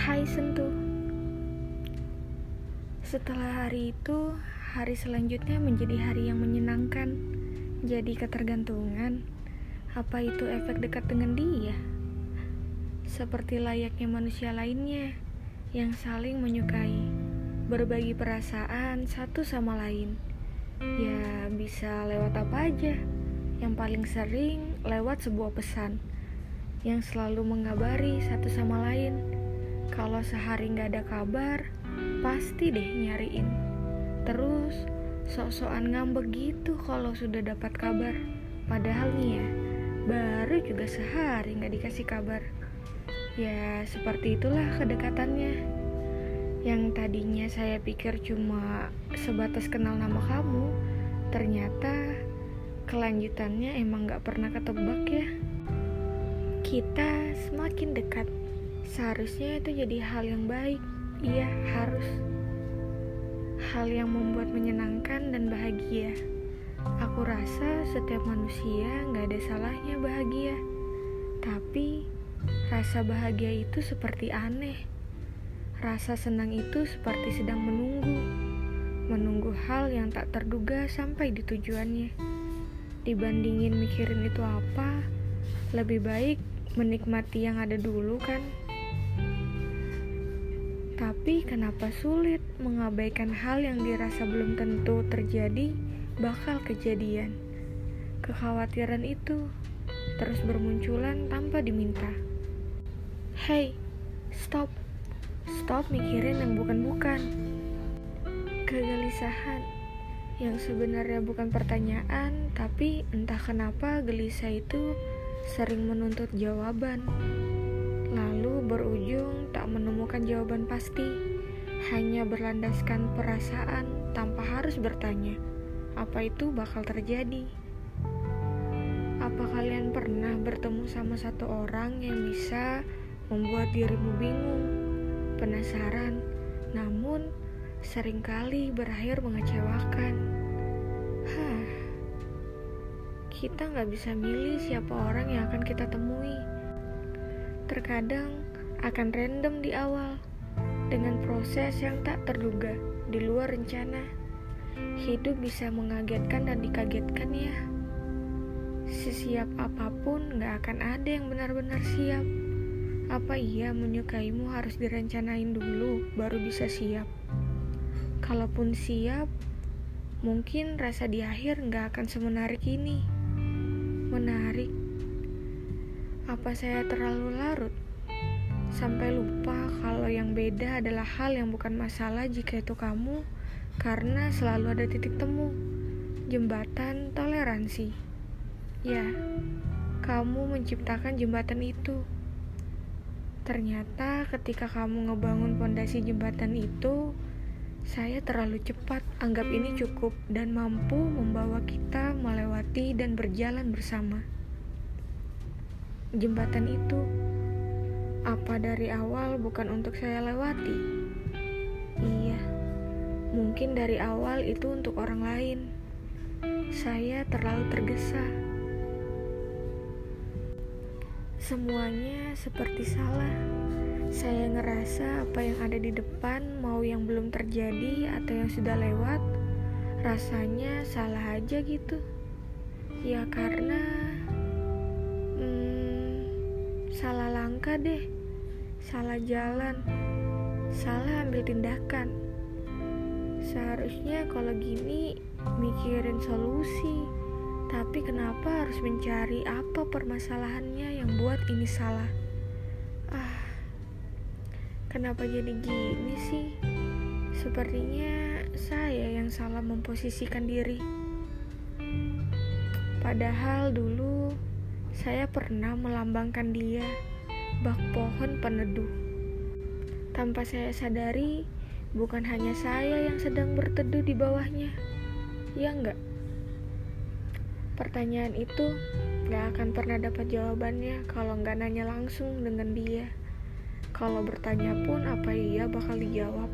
Hai Sentuh. Setelah hari itu, hari selanjutnya menjadi hari yang menyenangkan. Jadi ketergantungan. Apa itu efek dekat dengan dia? Seperti layaknya manusia lainnya yang saling menyukai, berbagi perasaan satu sama lain. Ya bisa lewat apa aja. Yang paling sering lewat sebuah pesan yang selalu mengabari satu sama lain. Kalau sehari gak ada kabar, pasti deh nyariin. Terus sok-sokan ngambek gitu kalau sudah dapat kabar. Padahal nih ya, baru juga sehari gak dikasih kabar. Ya seperti itulah kedekatannya. Yang tadinya saya pikir cuma sebatas kenal nama kamu, ternyata kelanjutannya emang gak pernah ketebak ya. Kita semakin dekat. Seharusnya itu jadi hal yang baik. Iya, harus. Hal yang membuat menyenangkan dan bahagia. Aku rasa setiap manusia gak ada salahnya bahagia. Tapi rasa bahagia itu seperti aneh. Rasa senang itu seperti sedang menunggu hal yang tak terduga sampai di tujuannya. Dibandingin mikirin itu apa, lebih baik menikmati yang ada dulu kan. Tapi kenapa sulit mengabaikan hal yang dirasa belum tentu terjadi bakal kejadian. Kekhawatiran itu terus bermunculan tanpa diminta. Hey, stop mikirin yang bukan-bukan. Kegelisahan yang sebenarnya bukan pertanyaan, tapi entah kenapa gelisah itu sering menuntut jawaban, lalu berujung tak menemukan jawaban pasti, hanya berlandaskan perasaan tanpa harus bertanya apa itu bakal terjadi. Apa kalian pernah bertemu sama satu orang yang bisa membuat dirimu bingung, penasaran, namun seringkali berakhir mengecewakan? Kita gak bisa milih siapa orang yang akan kita temui. Terkadang akan random di awal, dengan proses yang tak terduga, di luar rencana. Hidup bisa mengagetkan dan dikagetkan ya. Sesiap apapun gak akan ada yang benar-benar siap. Apa iya menyukaimu harus direncanain dulu baru bisa siap? Kalaupun siap, mungkin rasa di akhir gak akan semenarik ini. Menarik. Apa saya terlalu larut sampai lupa kalau yang beda adalah hal yang bukan masalah jika itu kamu, karena selalu ada titik temu, jembatan toleransi. Ya, kamu menciptakan jembatan itu. Ternyata ketika kamu ngebangun fondasi jembatan itu, saya terlalu cepat anggap ini cukup dan mampu membawa kita melewati dan berjalan bersama. Jembatan itu, apa dari awal bukan untuk saya lewati? Iya, mungkin dari awal itu untuk orang lain. Saya terlalu tergesa. Semuanya seperti salah. Saya ngerasa apa yang ada di depan, mau yang belum terjadi atau yang sudah lewat, rasanya salah aja gitu. Ya karena salah langkah deh, salah jalan, salah ambil tindakan. Seharusnya kalau gini mikirin solusi, tapi kenapa harus mencari apa permasalahannya yang buat ini salah? Kenapa jadi gini sih? Sepertinya saya yang salah memposisikan diri. Padahal dulu saya pernah melambangkan dia, bak pohon peneduh. Tanpa saya sadari, bukan hanya saya yang sedang berteduh di bawahnya. Ya enggak? Pertanyaan itu gak akan pernah dapat jawabannya kalau gak nanya langsung dengan dia. Kalau bertanya pun apa iya bakal dijawab.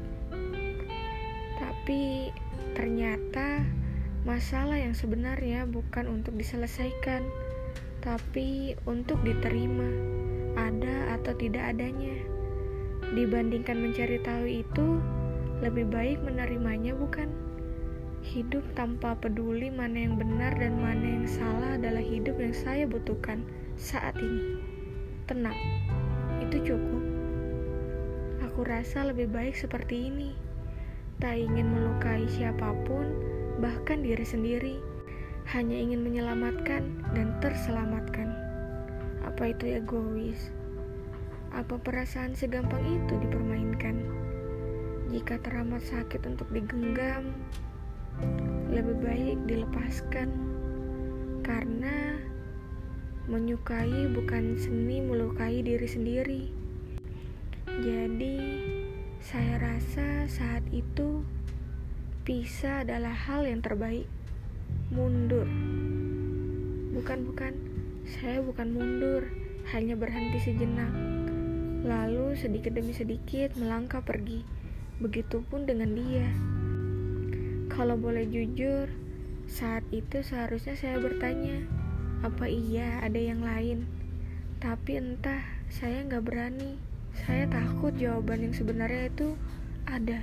Tapi ternyata masalah yang sebenarnya bukan untuk diselesaikan, tapi untuk diterima, ada atau tidak adanya. Dibandingkan mencari tahu itu, lebih baik menerimanya, bukan? Hidup tanpa peduli mana yang benar dan mana yang salah adalah hidup yang saya butuhkan saat ini. Tenang, itu cukup. Aku rasa lebih baik seperti ini. Tak ingin melukai siapapun, bahkan diri sendiri. Hanya ingin menyelamatkan dan terselamatkan. Apa itu egois? Apa perasaan segampang itu dipermainkan? Jika teramat sakit untuk digenggam, lebih baik dilepaskan. Karena menyukai bukan seni melukai diri sendiri. Jadi, saya rasa saat itu pisah adalah hal yang terbaik. Mundur. Bukan. Saya bukan mundur, hanya berhenti sejenak. Lalu sedikit demi sedikit melangkah pergi. Begitupun dengan dia. Kalau boleh jujur, saat itu seharusnya saya bertanya, apa iya ada yang lain? Tapi entah, saya gak berani. Saya takut jawaban yang sebenarnya itu ada.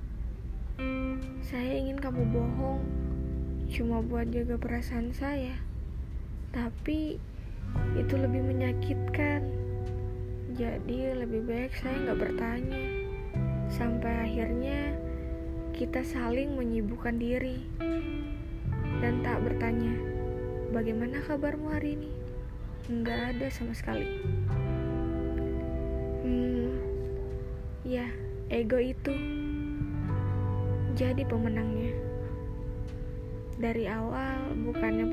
Saya ingin kamu bohong, cuma buat jaga perasaan saya. Tapi itu lebih menyakitkan. Jadi lebih baik saya gak bertanya. Sampai akhirnya kita saling menyibukkan diri dan tak bertanya, bagaimana kabarmu hari ini? Nggak ada sama sekali. Ya, ego itu jadi pemenangnya. Dari awal bukannya